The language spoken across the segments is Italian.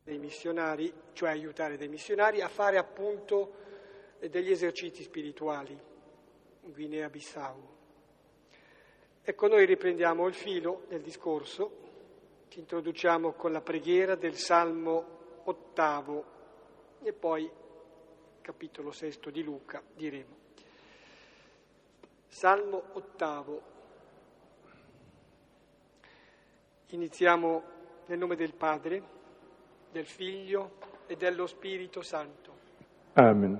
dei missionari, cioè aiutare dei missionari a fare appunto degli esercizi spirituali in Guinea-Bissau. Ecco, noi riprendiamo il filo del discorso, ci introduciamo con la preghiera del Salmo 8 e poi capitolo 6 di Luca diremo. Salmo 8. Iniziamo nel nome del Padre, del Figlio e dello Spirito Santo. Amen.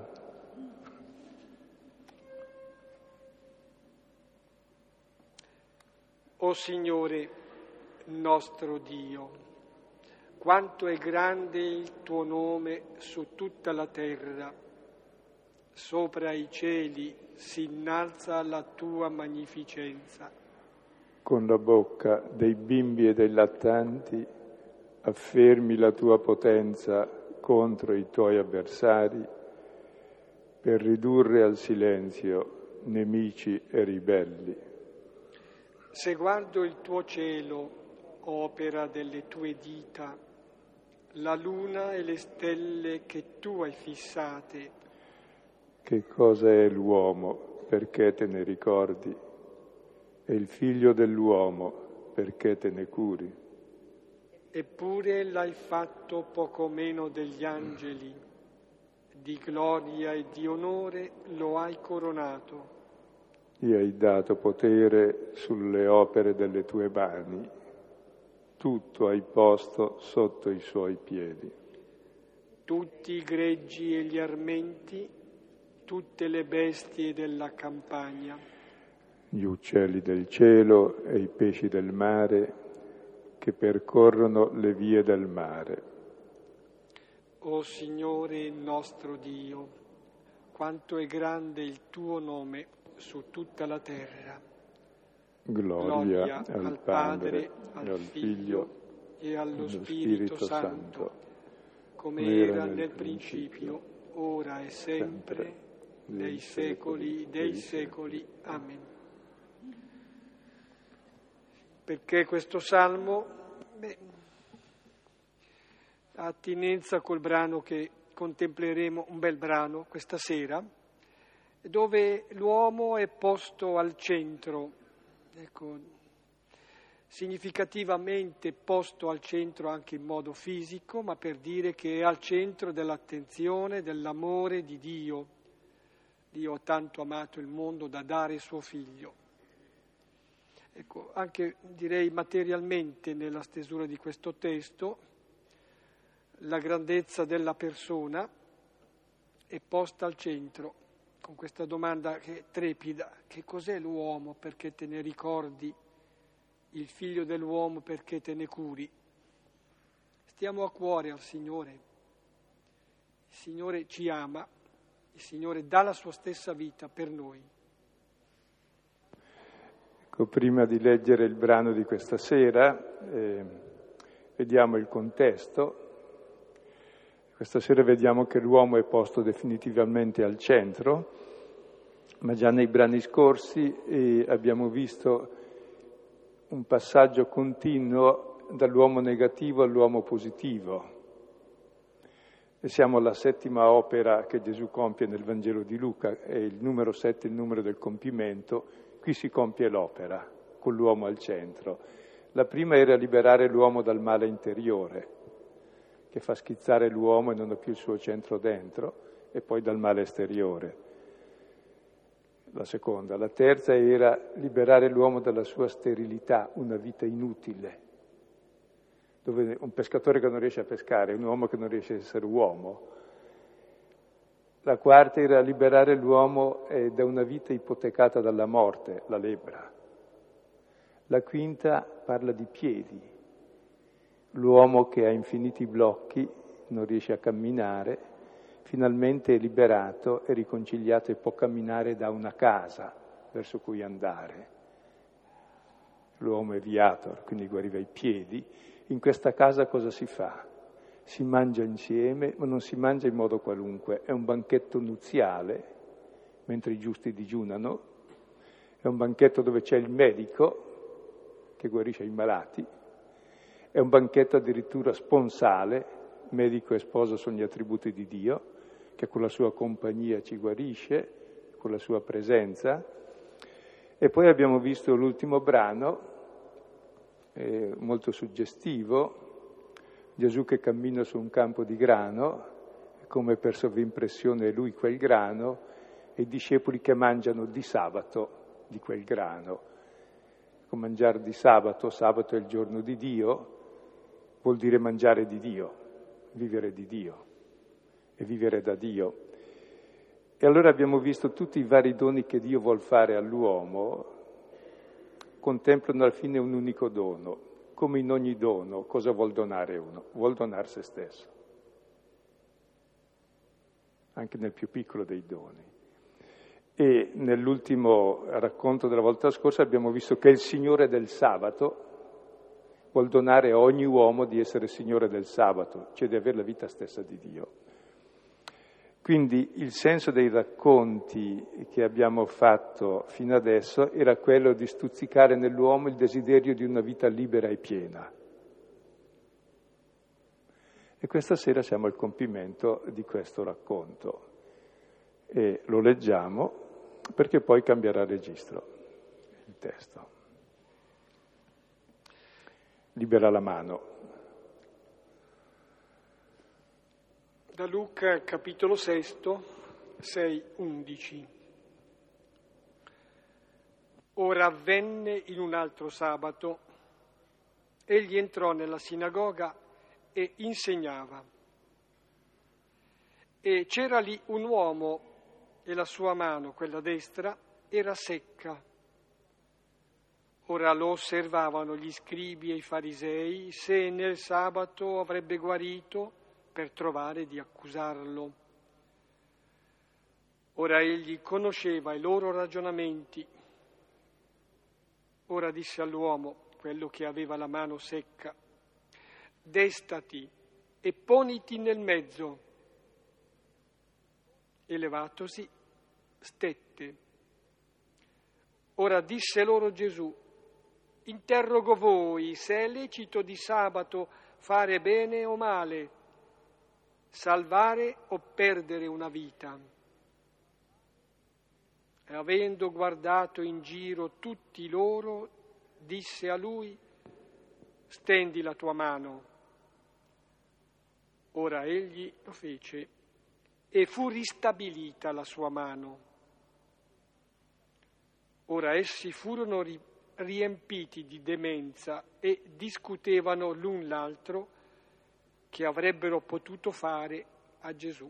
O Signore nostro Dio, quanto è grande il tuo nome su tutta la terra, sopra i cieli si innalza la tua magnificenza. Con la bocca dei bimbi e dei lattanti affermi la tua potenza contro i tuoi avversari per ridurre al silenzio nemici e ribelli. Se guardo il tuo cielo, opera delle tue dita, la luna e le stelle che tu hai fissate. Che cosa è l'uomo perché te ne ricordi? E il figlio dell'uomo perché te ne curi? Eppure l'hai fatto poco meno degli angeli, di gloria e di onore lo hai coronato. Gli hai dato potere sulle opere delle tue mani, tutto hai posto sotto i suoi piedi. Tutti i greggi e gli armenti, tutte le bestie della campagna. Gli uccelli del cielo e i pesci del mare che percorrono le vie del mare. O Signore nostro Dio, quanto è grande il tuo nome su tutta la terra. Gloria al Padre, al Figlio e allo Spirito Santo, come era nel principio, ora e sempre, nei secoli dei secoli. Amen. Perché questo salmo ha attinenza col brano che contempleremo, un bel brano questa sera, dove l'uomo è posto al centro, ecco, significativamente posto al centro anche in modo fisico, ma per dire che è al centro dell'attenzione, dell'amore di Dio. Dio ha tanto amato il mondo da dare suo figlio. Ecco, anche direi materialmente nella stesura di questo testo, la grandezza della persona è posta al centro, con questa domanda che trepida: che cos'è l'uomo perché te ne ricordi, il figlio dell'uomo perché te ne curi? Stiamo a cuore al Signore, il Signore ci ama, il Signore dà la sua stessa vita per noi. Prima di leggere il brano di questa sera, vediamo il contesto. Questa sera vediamo che l'uomo è posto definitivamente al centro, ma già nei brani scorsi abbiamo visto un passaggio continuo dall'uomo negativo all'uomo positivo. E siamo alla 7ª opera che Gesù compie nel Vangelo di Luca, è il numero 7, il numero del compimento. Qui si compie l'opera, con l'uomo al centro. La prima era liberare l'uomo dal male interiore, che fa schizzare l'uomo e non ha più il suo centro dentro, e poi dal male esteriore. La seconda. La terza era liberare l'uomo dalla sua sterilità, una vita inutile, dove un pescatore che non riesce a pescare, un uomo che non riesce a essere uomo. La quarta era liberare l'uomo da una vita ipotecata dalla morte, la lebbra. La quinta parla di piedi. L'uomo che ha infiniti blocchi, non riesce a camminare, finalmente è liberato e riconciliato e può camminare da una casa verso cui andare. L'uomo è viator, quindi guariva i piedi. In questa casa cosa si fa? Si mangia insieme, ma non si mangia in modo qualunque, è un banchetto nuziale, mentre i giusti digiunano, è un banchetto dove c'è il medico che guarisce i malati, è un banchetto addirittura sponsale, medico e sposo sono gli attributi di Dio, che con la sua compagnia ci guarisce, con la sua presenza. E poi abbiamo visto l'ultimo brano, molto suggestivo, Gesù che cammina su un campo di grano, come per sovrimpressione è lui quel grano, e i discepoli che mangiano di sabato di quel grano. Con mangiare di sabato, sabato è il giorno di Dio, vuol dire mangiare di Dio, vivere di Dio e vivere da Dio. E allora abbiamo visto tutti i vari doni che Dio vuol fare all'uomo, contemplano alla fine un unico dono. Come in ogni dono, cosa vuol donare uno? Vuol donare se stesso, anche nel più piccolo dei doni. E nell'ultimo racconto della volta scorsa abbiamo visto che il Signore del sabato vuol donare a ogni uomo di essere Signore del sabato, cioè di avere la vita stessa di Dio. Quindi il senso dei racconti che abbiamo fatto fino adesso era quello di stuzzicare nell'uomo il desiderio di una vita libera e piena. E questa sera siamo al compimento di questo racconto e lo leggiamo perché poi cambierà registro il testo. Libera la mano. Da Luca, capitolo 6, 6-11. Ora avvenne in un altro sabato, egli entrò nella sinagoga e insegnava. E c'era lì un uomo e la sua mano, quella destra, era secca. Ora lo osservavano gli scribi e i farisei se nel sabato avrebbe guarito per trovare di accusarlo. Ora egli conosceva i loro ragionamenti. Ora disse all'uomo, quello che aveva la mano secca, destati e poniti nel mezzo. E levatosi, stette. Ora disse loro Gesù, interrogo voi se è lecito di sabato fare bene o male, salvare o perdere una vita. E avendo guardato in giro tutti loro, disse a lui, stendi la tua mano. Ora egli lo fece e fu ristabilita la sua mano. Ora essi furono riempiti di demenza e discutevano l'un l'altro che avrebbero potuto fare a Gesù.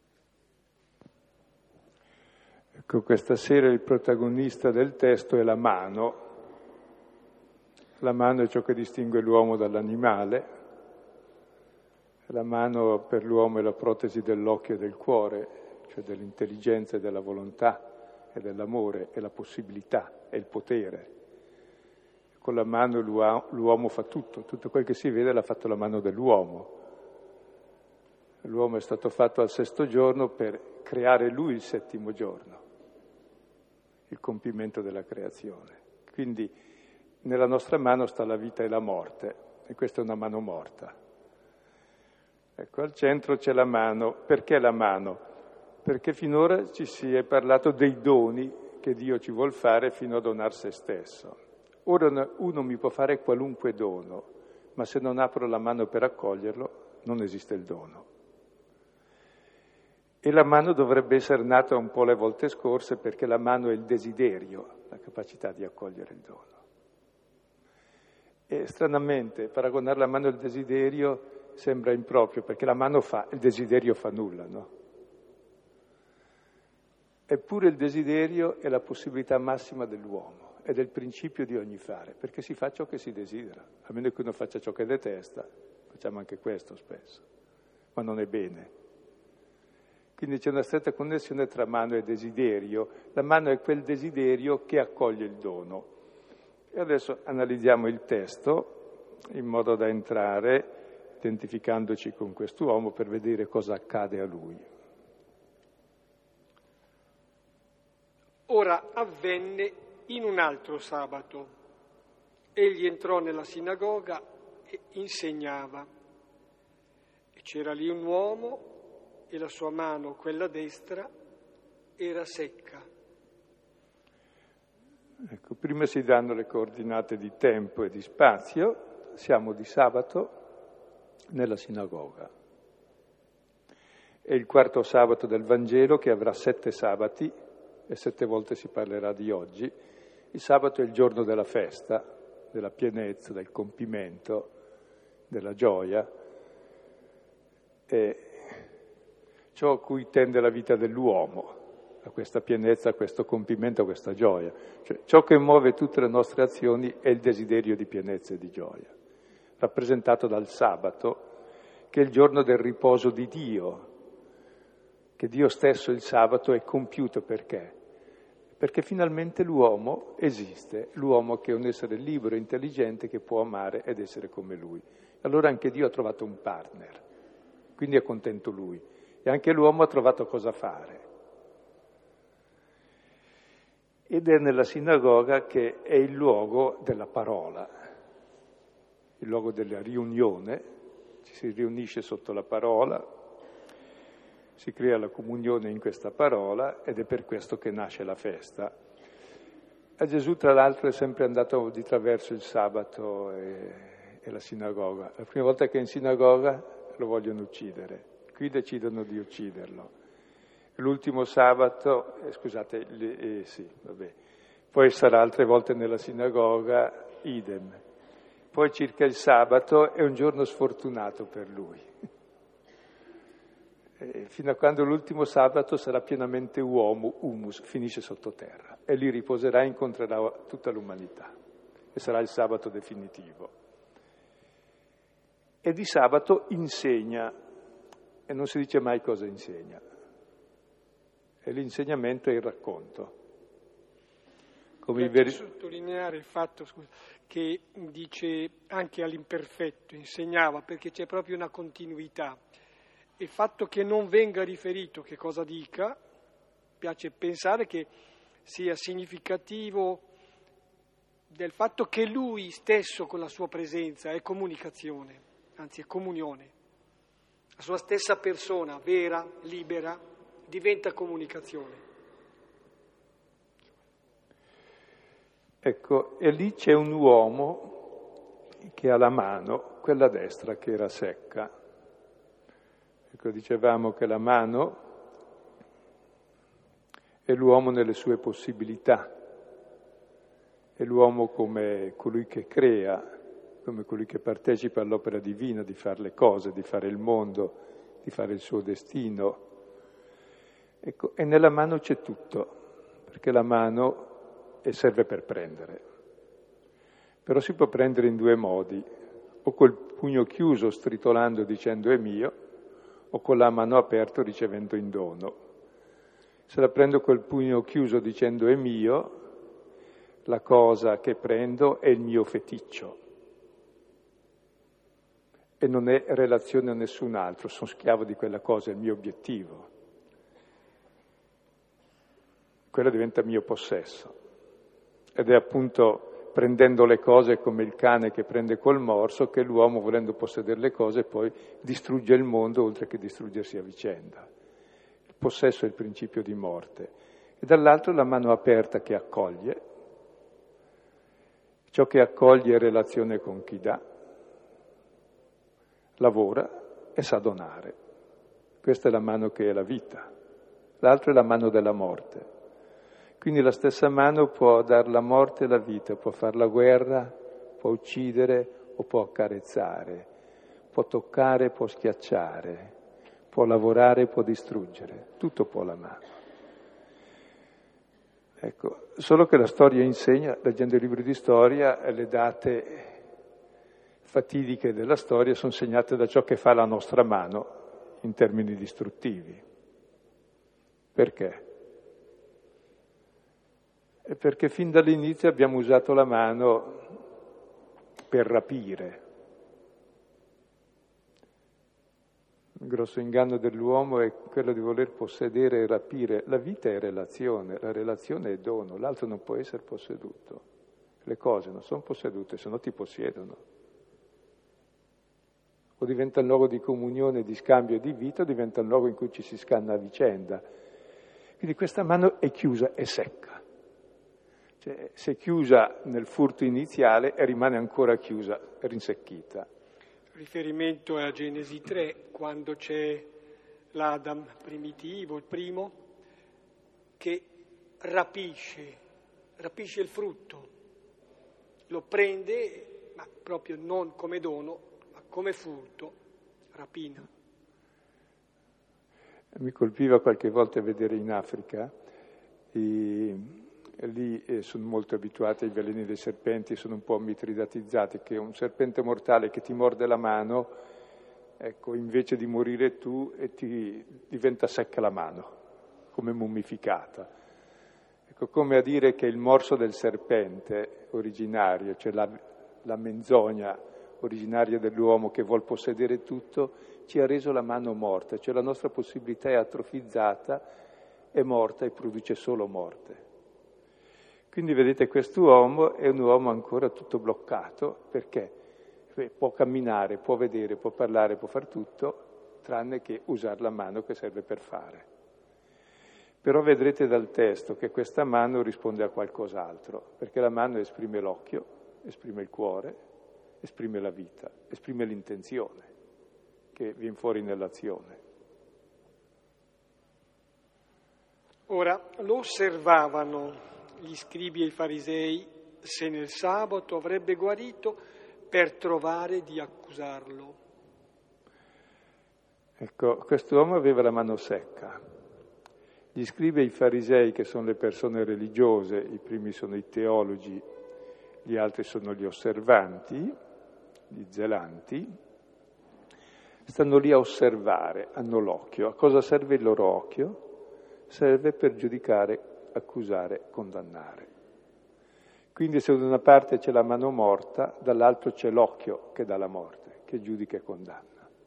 Ecco, questa sera il protagonista del testo è la mano. La mano è ciò che distingue l'uomo dall'animale. La mano per l'uomo è la protesi dell'occhio e del cuore, cioè dell'intelligenza e della volontà e dell'amore, è la possibilità, è il potere. Con la mano l'uomo fa tutto quel che si vede l'ha fatto la mano dell'uomo. L'uomo è stato fatto al sesto giorno per creare lui il settimo giorno, il compimento della creazione. Quindi nella nostra mano sta la vita e la morte, e questa è una mano morta. Ecco, al centro c'è la mano. Perché la mano? Perché finora ci si è parlato dei doni che Dio ci vuol fare fino a donar se stesso. Ora uno mi può fare qualunque dono, ma se non apro la mano per accoglierlo, non esiste il dono. E la mano dovrebbe essere nata un po' le volte scorse, perché la mano è il desiderio, la capacità di accogliere il dono. E stranamente, paragonare la mano al desiderio sembra improprio, perché la mano fa, il desiderio fa nulla, no? Eppure il desiderio è la possibilità massima dell'uomo, è del principio di ogni fare, perché si fa ciò che si desidera, a meno che uno faccia ciò che detesta, facciamo anche questo spesso, ma non è bene. Quindi c'è una stretta connessione tra mano e desiderio. La mano è quel desiderio che accoglie il dono. E adesso analizziamo il testo in modo da entrare identificandoci con quest'uomo per vedere cosa accade a lui. Ora avvenne in un altro sabato. Egli entrò nella sinagoga e insegnava. c'era lì un uomo e la sua mano, quella destra, era secca. Ecco, prima si danno le coordinate di tempo e di spazio, siamo di sabato nella sinagoga. È il quarto sabato del Vangelo che avrà 7 sabati e 7 volte si parlerà di oggi. Il sabato è il giorno della festa, della pienezza, del compimento, della gioia. È ciò a cui tende la vita dell'uomo, a questa pienezza, a questo compimento, a questa gioia. Cioè, ciò che muove tutte le nostre azioni è il desiderio di pienezza e di gioia, rappresentato dal sabato, che è il giorno del riposo di Dio, che Dio stesso il sabato è compiuto perché? Perché finalmente l'uomo esiste, l'uomo che è un essere libero e intelligente che può amare ed essere come lui. Allora anche Dio ha trovato un partner, quindi è contento lui, e anche l'uomo ha trovato cosa fare. Ed è nella sinagoga che è il luogo della parola, il luogo della riunione, ci si riunisce sotto la parola, si crea la comunione in questa parola ed è per questo che nasce la festa. A Gesù, tra l'altro, è sempre andato di traverso il sabato e la sinagoga. La prima volta che è in sinagoga lo vogliono uccidere, qui decidono di ucciderlo. L'ultimo sabato, poi sarà altre volte nella sinagoga, idem. Poi circa il sabato è un giorno sfortunato per lui. Fino a quando l'ultimo sabato sarà pienamente uomo, humus, finisce sottoterra e lì riposerà e incontrerà tutta l'umanità e sarà il sabato definitivo. E di sabato insegna e non si dice mai cosa insegna. E l'insegnamento è il racconto. Come sottolineare il fatto che dice anche all'imperfetto, insegnava, perché c'è proprio una continuità. Il fatto che non venga riferito che cosa dica, piace pensare che sia significativo del fatto che lui stesso con la sua presenza è comunicazione, anzi è comunione. La sua stessa persona, vera, libera, diventa comunicazione. Ecco, e lì c'è un uomo che ha la mano, quella destra che era secca. Ecco, dicevamo che la mano è l'uomo nelle sue possibilità, è l'uomo come colui che crea, come colui che partecipa all'opera divina di fare le cose, di fare il mondo, di fare il suo destino. Ecco, e nella mano c'è tutto, perché la mano serve per prendere. Però si può prendere in 2 modi, o col pugno chiuso stritolando dicendo è mio, o con la mano aperta ricevendo in dono. Se la prendo col pugno chiuso dicendo è mio, la cosa che prendo è il mio feticcio e non è relazione a nessun altro, sono schiavo di quella cosa, è il mio obiettivo. Quello diventa mio possesso ed è appunto prendendo le cose come il cane che prende col morso che l'uomo, volendo possedere le cose, poi distrugge il mondo oltre che distruggersi a vicenda. Il possesso è il principio di morte. E dall'altro la mano aperta che accoglie. Ciò che accoglie è relazione con chi dà, lavora e sa donare. Questa è la mano che è la vita. L'altro è la mano della morte. Quindi la stessa mano può dar la morte e la vita, può fare la guerra, può uccidere o può accarezzare, può toccare, può schiacciare, può lavorare, può distruggere, tutto può la mano. Ecco, solo che la storia insegna, leggendo i libri di storia, le date fatidiche della storia sono segnate da ciò che fa la nostra mano in termini distruttivi. Perché? È perché fin dall'inizio abbiamo usato la mano per rapire. Il grosso inganno dell'uomo è quello di voler possedere e rapire. La vita è relazione, la relazione è dono, l'altro non può essere posseduto. Le cose non sono possedute, se no ti possiedono. o diventa il luogo di comunione, di scambio e di vita, o diventa il luogo in cui ci si scanna a vicenda. Quindi questa mano è chiusa, è secca. Cioè, se è chiusa nel furto iniziale e rimane ancora chiusa, rinsecchita. Il riferimento è a Genesi 3, quando c'è l'Adam primitivo, il primo, che rapisce il frutto, lo prende, ma proprio non come dono, ma come furto, rapina. Mi colpiva qualche volta vedere in Africa, lì sono molto abituati ai veleni dei serpenti, sono un po' mitridatizzati, che un serpente mortale che ti morde la mano, ecco, invece di morire tu, ti diventa secca la mano, come mummificata. Ecco, come a dire che il morso del serpente originario, cioè la menzogna originaria dell'uomo che vuol possedere tutto, ci ha reso la mano morta, cioè la nostra possibilità è atrofizzata, è morta e produce solo morte. Quindi vedete, quest'uomo è un uomo ancora tutto bloccato, perché può camminare, può vedere, può parlare, può far tutto, tranne che usare la mano che serve per fare. Però vedrete dal testo che questa mano risponde a qualcos'altro, perché la mano esprime l'occhio, esprime il cuore, esprime la vita, esprime l'intenzione che viene fuori nell'azione. Ora, lo osservavano gli scribi e i farisei se nel sabato avrebbe guarito per trovare di accusarlo. Ecco, quest'uomo aveva la mano secca. Gli scribi e i farisei, che sono le persone religiose, i primi sono i teologi, gli altri sono gli osservanti, gli zelanti, stanno lì a osservare, hanno l'occhio. A cosa serve il loro occhio? Serve per giudicare, accusare, condannare. Quindi se da una parte c'è la mano morta, dall'altro c'è l'occhio che dà la morte, che giudica e condanna.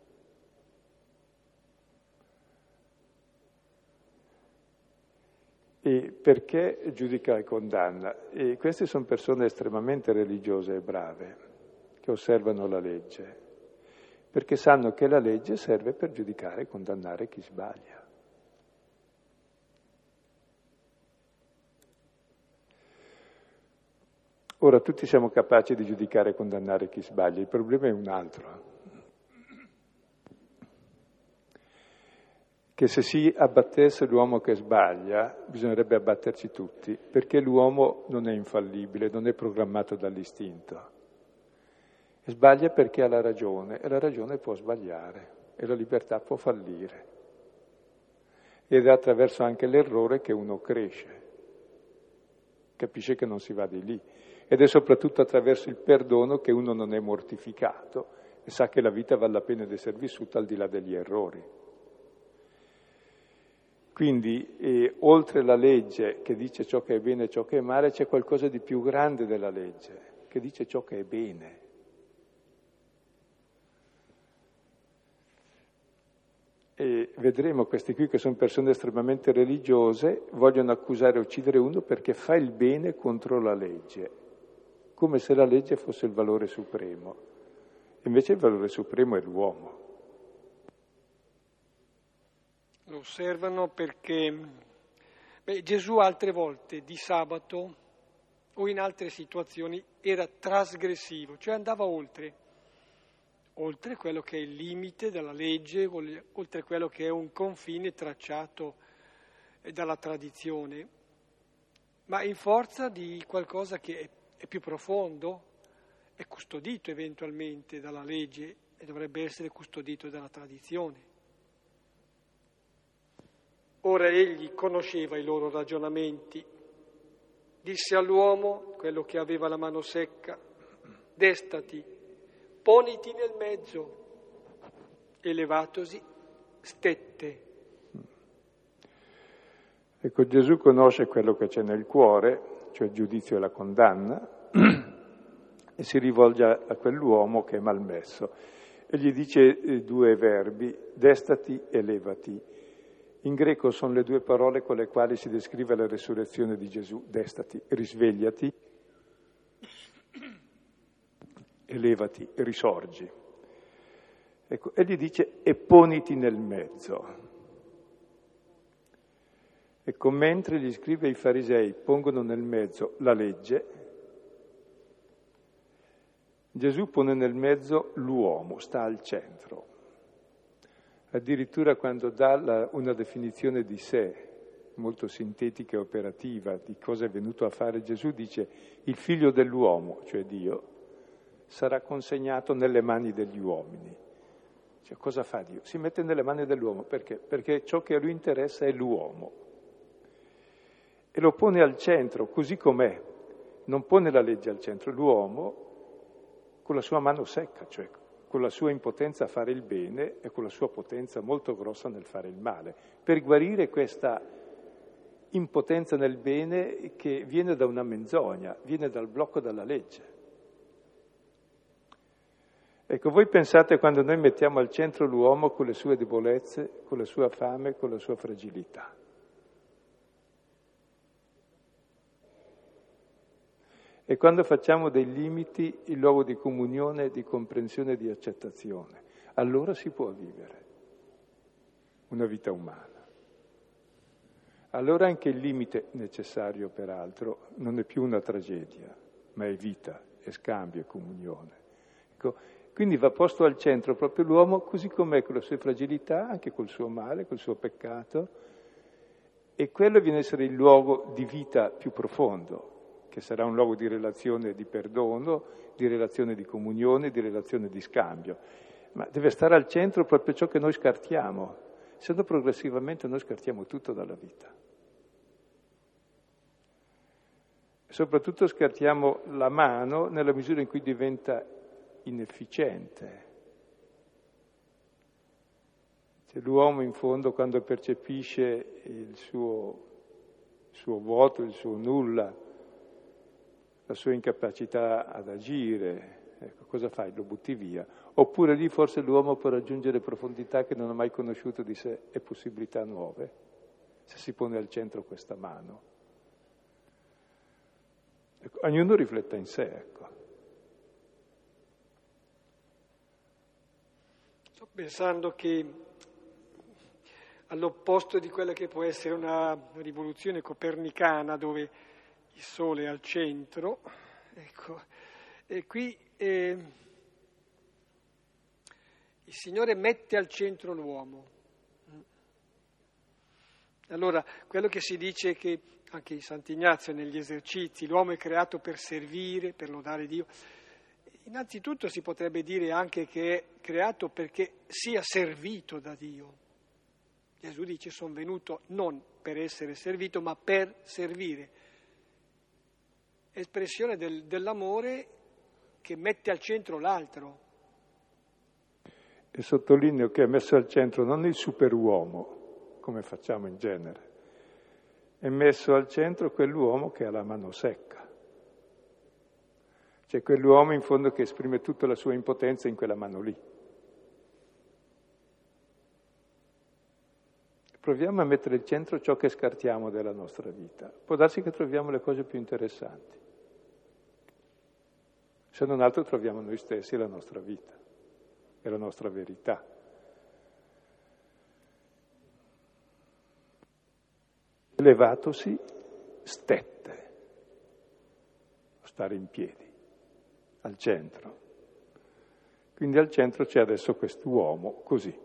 E perché giudica e condanna? E queste sono persone estremamente religiose e brave, che osservano la legge, perché sanno che la legge serve per giudicare e condannare chi sbaglia. Ora, tutti siamo capaci di giudicare e condannare chi sbaglia, il problema è un altro. Che se si abbattesse l'uomo che sbaglia, bisognerebbe abbatterci tutti, perché l'uomo non è infallibile, non è programmato dall'istinto. E sbaglia perché ha la ragione, e la ragione può sbagliare, e la libertà può fallire. Ed è attraverso anche l'errore che uno cresce, capisce che non si va di lì. Ed è soprattutto attraverso il perdono che uno non è mortificato e sa che la vita vale la pena di essere vissuta al di là degli errori. Quindi, oltre la legge che dice ciò che è bene e ciò che è male, c'è qualcosa di più grande della legge, che dice ciò che è bene. E vedremo questi qui che sono persone estremamente religiose, vogliono accusare e uccidere uno perché fa il bene contro la legge, come se la legge fosse il valore supremo. Invece il valore supremo è l'uomo. Lo osservano perché Gesù altre volte di sabato o in altre situazioni era trasgressivo, cioè andava oltre quello che è il limite della legge, oltre quello che è un confine tracciato dalla tradizione, ma in forza di qualcosa che è più profondo, è custodito eventualmente dalla legge e dovrebbe essere custodito dalla tradizione. Ora egli conosceva i loro ragionamenti, disse all'uomo, quello che aveva la mano secca, destati, poniti nel mezzo, e levatosi stette. Ecco, Gesù conosce quello che c'è nel cuore, cioè il giudizio e la condanna, e si rivolge a quell'uomo che è malmesso e gli dice due verbi, destati e levati. In greco sono le due parole con le quali si descrive la resurrezione di Gesù, destati, risvegliati, e levati, risorgi. Ecco, e gli dice: e poniti nel mezzo. Ecco, mentre gli scribi e i farisei pongono nel mezzo la legge, Gesù pone nel mezzo l'uomo, sta al centro. Addirittura quando dà una definizione di sé, molto sintetica e operativa, di cosa è venuto a fare Gesù, dice: il figlio dell'uomo, cioè Dio, sarà consegnato nelle mani degli uomini. Cioè, cosa fa Dio? Si mette nelle mani dell'uomo, perché? Perché ciò che a lui interessa è l'uomo. E lo pone al centro, così com'è. Non pone la legge al centro, l'uomo con la sua mano secca, cioè con la sua impotenza a fare il bene e con la sua potenza molto grossa nel fare il male, per guarire questa impotenza nel bene che viene da una menzogna, viene dal blocco della legge. Ecco, voi pensate quando noi mettiamo al centro l'uomo con le sue debolezze, con la sua fame, con la sua fragilità. E quando facciamo dei limiti il luogo di comunione, di comprensione e di accettazione, allora si può vivere una vita umana. Allora anche il limite necessario, peraltro, non è più una tragedia, ma è vita, è scambio, è comunione. Ecco, quindi va posto al centro proprio l'uomo così com'è, con le sue fragilità, anche col suo male, col suo peccato, e quello viene a essere il luogo di vita più profondo, che sarà un luogo di relazione di perdono, di relazione di comunione, di relazione di scambio. Ma deve stare al centro proprio ciò che noi scartiamo, se no progressivamente noi scartiamo tutto dalla vita. E soprattutto scartiamo la mano nella misura in cui diventa inefficiente. Cioè, l'uomo in fondo quando percepisce il suo vuoto, il suo nulla, la sua incapacità ad agire, ecco, cosa fai? Lo butti via. Oppure lì forse l'uomo può raggiungere profondità che non ha mai conosciuto di sé e possibilità nuove, se si pone al centro questa mano. Ecco, ognuno rifletta in sé, ecco. Sto pensando che all'opposto di quella che può essere una rivoluzione copernicana dove il Sole è al centro, ecco, e qui il Signore mette al centro l'uomo. Allora, quello che si dice che anche in Sant'Ignazio negli esercizi, l'uomo è creato per servire, per lodare Dio, innanzitutto si potrebbe dire anche che è creato perché sia servito da Dio. Gesù dice: sono venuto non per essere servito, ma per servire. Espressione dell'amore che mette al centro l'altro. E sottolineo che è messo al centro non il superuomo, come facciamo in genere, è messo al centro quell'uomo che ha la mano secca. Cioè quell'uomo in fondo che esprime tutta la sua impotenza in quella mano lì. Proviamo a mettere al centro ciò che scartiamo della nostra vita. Può darsi che troviamo le cose più interessanti. Se non altro troviamo noi stessi la nostra vita e la nostra verità. Levatosi, stette, stare in piedi, al centro. Quindi al centro c'è adesso quest'uomo così.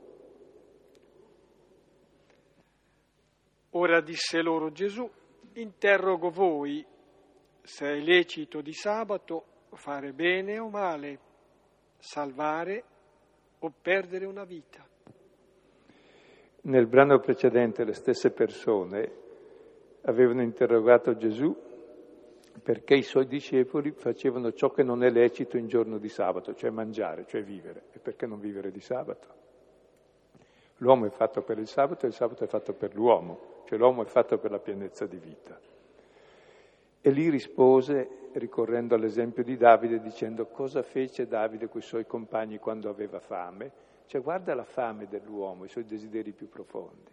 Ora disse loro Gesù: interrogo voi, se è lecito di sabato fare bene o male, salvare o perdere una vita. Nel brano precedente le stesse persone avevano interrogato Gesù perché i suoi discepoli facevano ciò che non è lecito in giorno di sabato, cioè mangiare, cioè vivere. E perché non vivere di sabato? L'uomo è fatto per il sabato e il sabato è fatto per l'uomo, cioè l'uomo è fatto per la pienezza di vita. E lì rispose, ricorrendo all'esempio di Davide, dicendo: cosa fece Davide con i suoi compagni quando aveva fame? Cioè guarda la fame dell'uomo, i suoi desideri più profondi.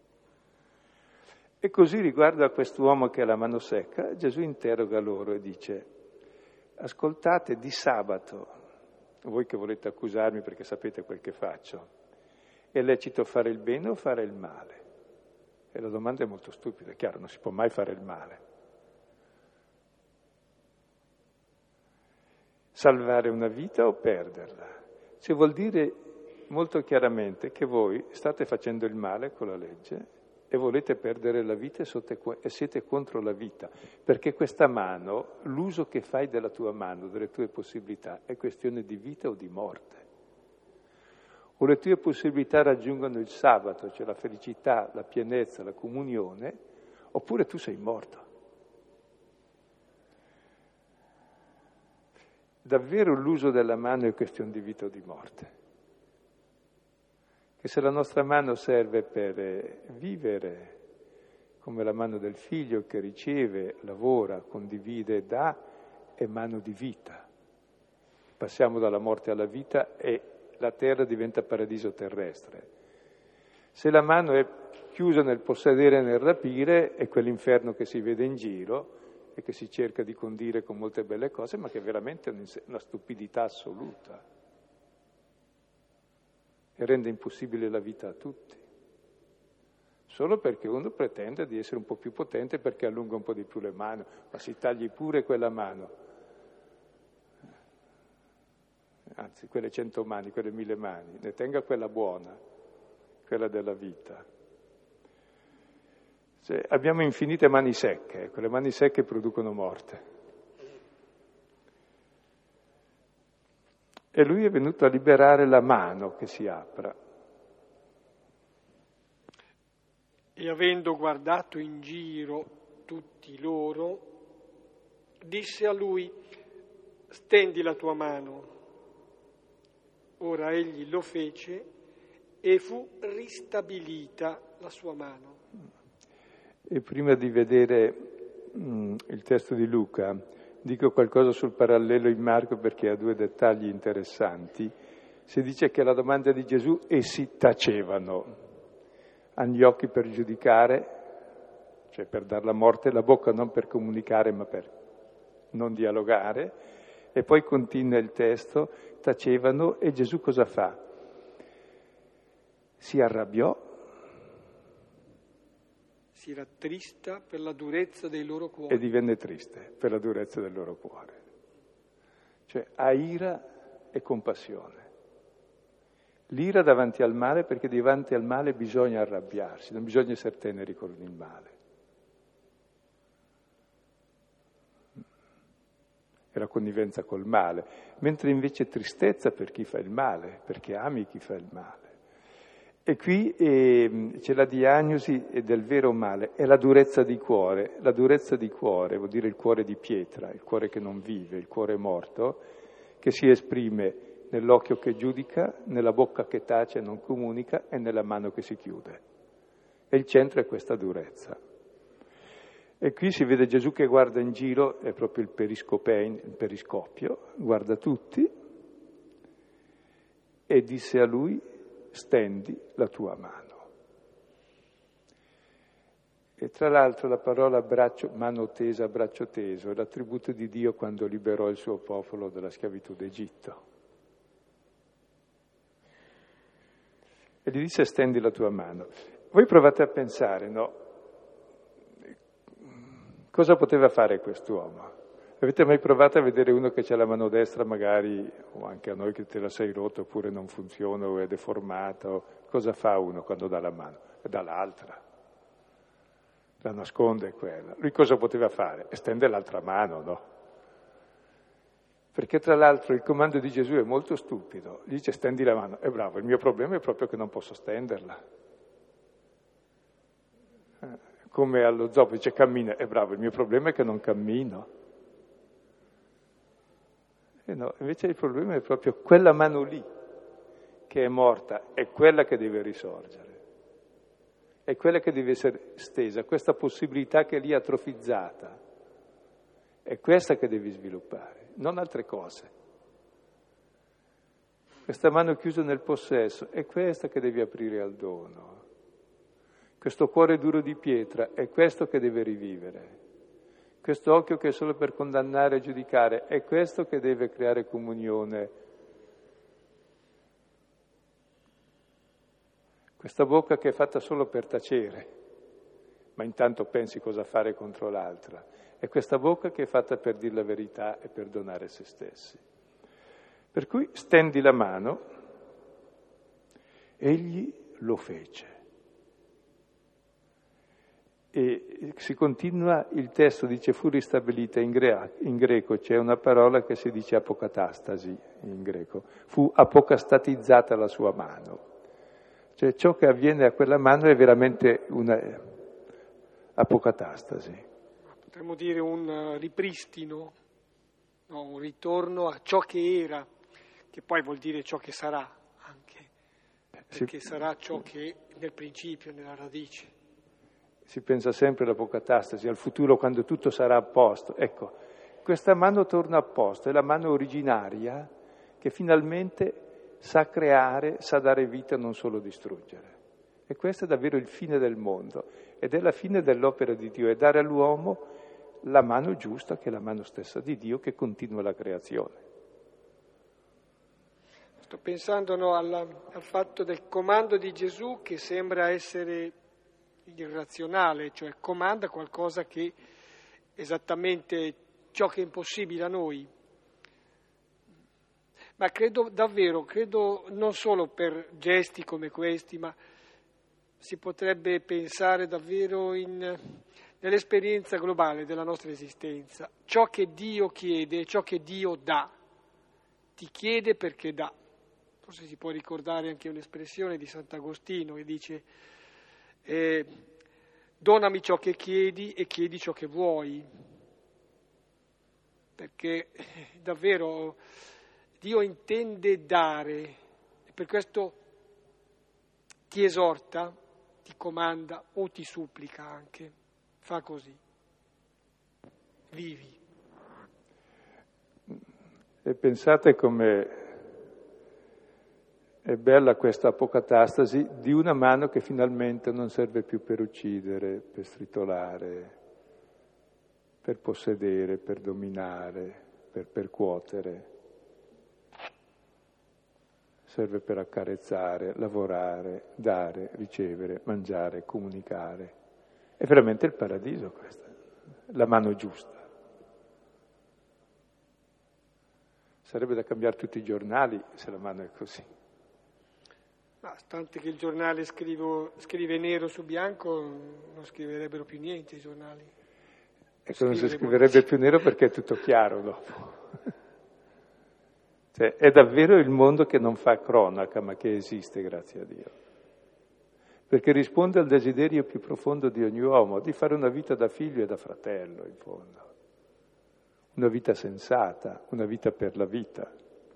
E così riguardo a quest'uomo che ha la mano secca, Gesù interroga loro e dice: ascoltate, di sabato Voi che volete accusarmi perché sapete quel che faccio. È lecito fare il bene o fare il male? E la domanda è molto stupida, è chiaro, non si può mai fare il male. Salvare una vita o perderla? Cioè vuol dire molto chiaramente che voi state facendo il male con la legge e volete perdere la vita e siete contro la vita, perché questa mano, l'uso che fai della tua mano, delle tue possibilità, è questione di vita o di morte. O le tue possibilità raggiungono il sabato, cioè la felicità, la pienezza, la comunione, oppure tu sei morto. Davvero l'uso della mano è questione di vita o di morte. Che se la nostra mano serve per vivere, come la mano del figlio che riceve, lavora, condivide e dà, è mano di vita. Passiamo dalla morte alla vita e la terra diventa paradiso terrestre. Se la mano è chiusa nel possedere e nel rapire, è quell'inferno che si vede in giro e che si cerca di condire con molte belle cose, ma che è veramente una stupidità assoluta e rende impossibile la vita a tutti. Solo perché uno pretende di essere un po' più potente perché allunga un po' di più le mani, ma si tagli pure quella mano. Anzi, quelle 100 mani, quelle 1000 mani, ne tenga quella buona, quella della vita. Cioè, abbiamo infinite mani secche, quelle mani secche producono morte. E lui è venuto a liberare la mano che si apra. E avendo guardato in giro tutti loro, disse a lui: stendi la tua mano. Ora egli lo fece e fu ristabilita la sua mano. E prima di vedere il testo di Luca, dico qualcosa sul parallelo in Marco perché ha due dettagli interessanti. Si dice che alla domanda di Gesù essi tacevano, hanno gli occhi per giudicare, cioè per dar la morte, la bocca non per comunicare ma per non dialogare, e poi continua il testo, tacevano e Gesù cosa fa? Si arrabbiò. Si rattrista per la durezza dei loro cuori. E divenne triste per la durezza del loro cuore. Cioè ha ira e compassione. L'ira davanti al male, perché davanti al male bisogna arrabbiarsi, non bisogna essere teneri con il male. È la connivenza col male, mentre invece tristezza per chi fa il male, perché ami chi fa il male. E qui c'è la diagnosi del vero male, è la durezza di cuore. La durezza di cuore vuol dire il cuore di pietra, il cuore che non vive, il cuore morto, che si esprime nell'occhio che giudica, nella bocca che tace e non comunica e nella mano che si chiude. E il centro è questa durezza. E qui si vede Gesù che guarda in giro, è proprio il periscopio, guarda tutti e disse a lui: stendi la tua mano. E tra l'altro la parola mano tesa, braccio teso, è l'attributo di Dio quando liberò il suo popolo dalla schiavitù d'Egitto. E gli disse: stendi la tua mano. Voi provate a pensare, no? Cosa poteva fare quest'uomo? Avete mai provato a vedere uno che c'ha la mano destra magari, o anche a noi che te la sei rotta oppure non funziona o è deformata? Cosa fa uno quando dà la mano? E dà l'altra. La nasconde quella. Lui cosa poteva fare? Estende l'altra mano, no? Perché tra l'altro il comando di Gesù è molto stupido. Gli dice: stendi la mano. È bravo, il mio problema è proprio che non posso stenderla. Come allo zoppo dice: cammina. È bravo, il mio problema è che non cammino. E no, invece il problema è proprio quella mano lì che è morta, è quella che deve risorgere, è quella che deve essere stesa, questa possibilità che è lì atrofizzata, è questa che devi sviluppare, non altre cose. Questa mano chiusa nel possesso è questa che devi aprire al dono. Questo cuore duro di pietra è questo che deve rivivere. Questo occhio che è solo per condannare e giudicare è questo che deve creare comunione Questa bocca che è fatta solo per tacere, ma intanto pensi cosa fare contro l'altra. È questa bocca che è fatta per dire la verità e per donare se stessi. Per cui stendi la mano, egli lo fece. E si continua, il testo dice fu ristabilita, in greco c'è una parola che si dice apocatastasi in greco, fu apocastatizzata la sua mano. Cioè ciò che avviene a quella mano è veramente una apocatastasi. Potremmo dire un ripristino, no? Un ritorno a ciò che era, che poi vuol dire ciò che sarà anche, perché sarà ciò che è nel principio, nella radice. Si pensa sempre all'apocatastasi, al futuro quando tutto sarà a posto. Ecco, questa mano torna a posto, è la mano originaria che finalmente sa creare, sa dare vita, non solo distruggere. E questo è davvero il fine del mondo ed è la fine dell'opera di Dio, è dare all'uomo la mano giusta, che è la mano stessa di Dio che continua la creazione. Sto pensando al fatto del comando di Gesù che sembra essere irrazionale, cioè comanda qualcosa che è esattamente ciò che è impossibile a noi. Ma credo non solo per gesti come questi, ma si potrebbe pensare davvero nell'esperienza globale della nostra esistenza. Ciò che Dio chiede, ciò che Dio dà, ti chiede perché dà. Forse si può ricordare anche un'espressione di Sant'Agostino che dice donami ciò che chiedi e chiedi ciò che vuoi, perché davvero Dio intende dare e per questo ti esorta, ti comanda o ti supplica anche, fa così, vivi. E pensate come è bella questa apocatastasi di una mano che finalmente non serve più per uccidere, per stritolare, per possedere, per dominare, per percuotere. Serve per accarezzare, lavorare, dare, ricevere, mangiare, comunicare. È veramente il paradiso questa, la mano giusta. Sarebbe da cambiare tutti i giornali se la mano è così. Ma stante che il giornale scrive nero su bianco, non scriverebbero più niente i giornali. Ecco, non si scriverebbe più nero perché è tutto chiaro dopo. Cioè, è davvero il mondo che non fa cronaca, ma che esiste, grazie a Dio. Perché risponde al desiderio più profondo di ogni uomo, di fare una vita da figlio e da fratello, in fondo. Una vita sensata, una vita per la vita.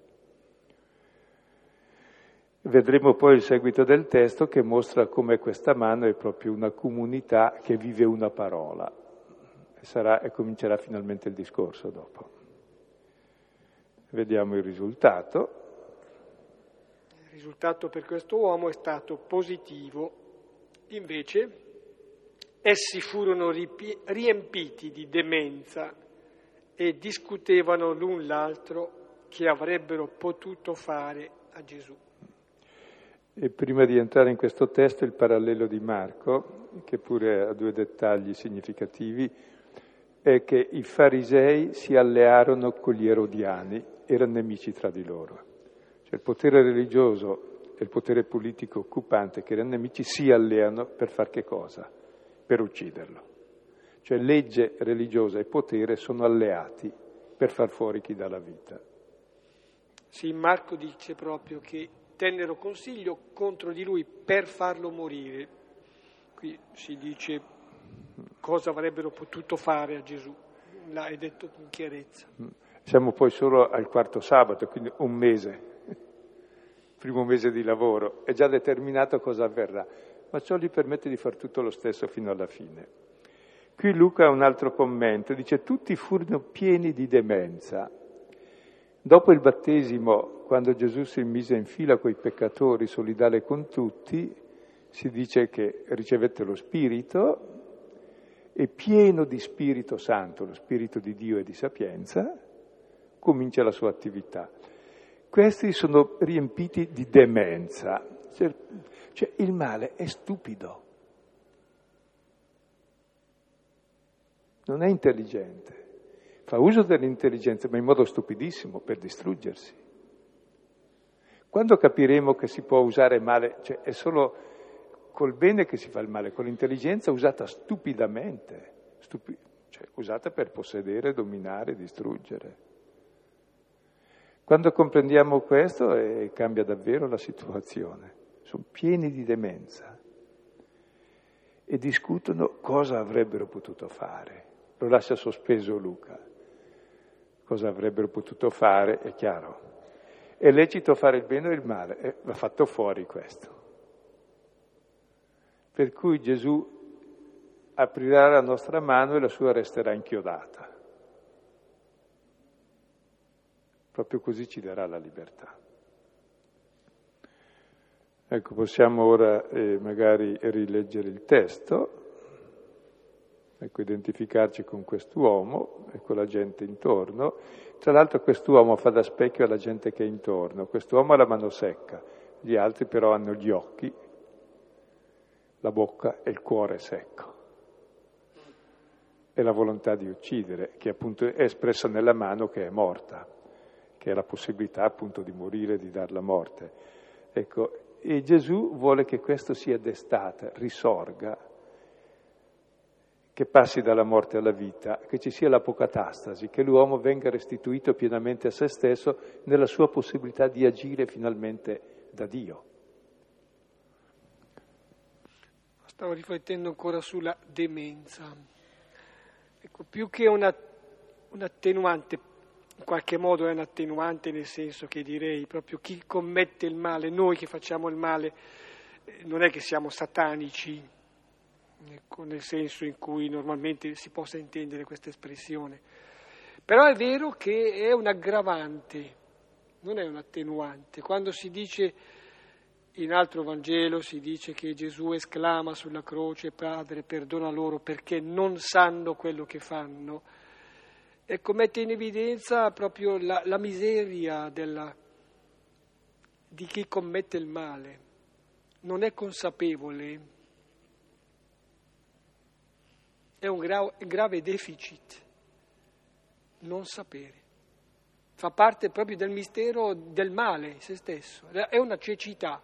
Vedremo poi il seguito del testo che mostra come questa mano è proprio una comunità che vive una parola. E comincerà finalmente il discorso dopo. Vediamo il risultato. Il risultato per questo uomo è stato positivo. Invece, essi furono riempiti di demenza e discutevano l'un l'altro che avrebbero potuto fare a Gesù. E prima di entrare in questo testo, il parallelo di Marco, che pure ha due dettagli significativi, è che i farisei si allearono con gli erodiani, erano nemici tra di loro. Cioè il potere religioso e il potere politico occupante, che erano nemici, si alleano per far che cosa? Per ucciderlo. Cioè legge religiosa e potere sono alleati per far fuori chi dà la vita. Sì, Marco dice proprio che tennero consiglio contro di lui per farlo morire. Qui si dice cosa avrebbero potuto fare a Gesù, l'hai detto con chiarezza. Siamo poi solo al quarto sabato, quindi un mese, primo mese di lavoro, è già determinato cosa avverrà, ma ciò gli permette di far tutto lo stesso fino alla fine. Qui Luca ha un altro commento, dice tutti furono pieni di demenza. Dopo il battesimo, quando Gesù si mise in fila coi peccatori, solidale con tutti, si dice che ricevette lo Spirito e pieno di Spirito Santo, lo Spirito di Dio e di sapienza, comincia la sua attività. Questi sono riempiti di demenza. Cioè il male è stupido, non è intelligente, fa uso dell'intelligenza ma in modo stupidissimo per distruggersi. Quando capiremo che si può usare male, cioè è solo col bene che si fa il male, con l'intelligenza usata stupidamente, cioè usata per possedere, dominare, distruggere. Quando comprendiamo questo cambia davvero la situazione. Sono pieni di demenza e discutono cosa avrebbero potuto fare. Lo lascia sospeso Luca. Cosa avrebbero potuto fare, è chiaro. È lecito fare il bene o il male? Va fatto fuori questo. Per cui Gesù aprirà la nostra mano e la sua resterà inchiodata. Proprio così ci darà la libertà. Ecco, possiamo ora magari rileggere il testo, ecco, identificarci con quest'uomo e con la gente intorno. Tra l'altro quest'uomo fa da specchio alla gente che è intorno. Quest'uomo ha la mano secca, gli altri però hanno gli occhi, la bocca e il cuore secco. E la volontà di uccidere, che appunto è espressa nella mano che è morta, che è la possibilità appunto di morire, di dar la morte. Ecco, e Gesù vuole che questo sia destata, risorga, che passi dalla morte alla vita, che ci sia l'apocatastasi, che l'uomo venga restituito pienamente a se stesso nella sua possibilità di agire finalmente da Dio. Stavo riflettendo ancora sulla demenza. Ecco, più che un attenuante, in qualche modo è un attenuante, nel senso che direi proprio chi commette il male, noi che facciamo il male, non è che siamo satanici, ecco, nel senso in cui normalmente si possa intendere questa espressione. Però è vero che è un aggravante, non è un attenuante. Quando si dice, in altro Vangelo si dice che Gesù esclama sulla croce: Padre, perdona loro perché non sanno quello che fanno, ecco, mette in evidenza proprio la miseria di chi commette il male. Non è consapevole, è un grave deficit, non sapere. Fa parte proprio del mistero del male in se stesso, è una cecità.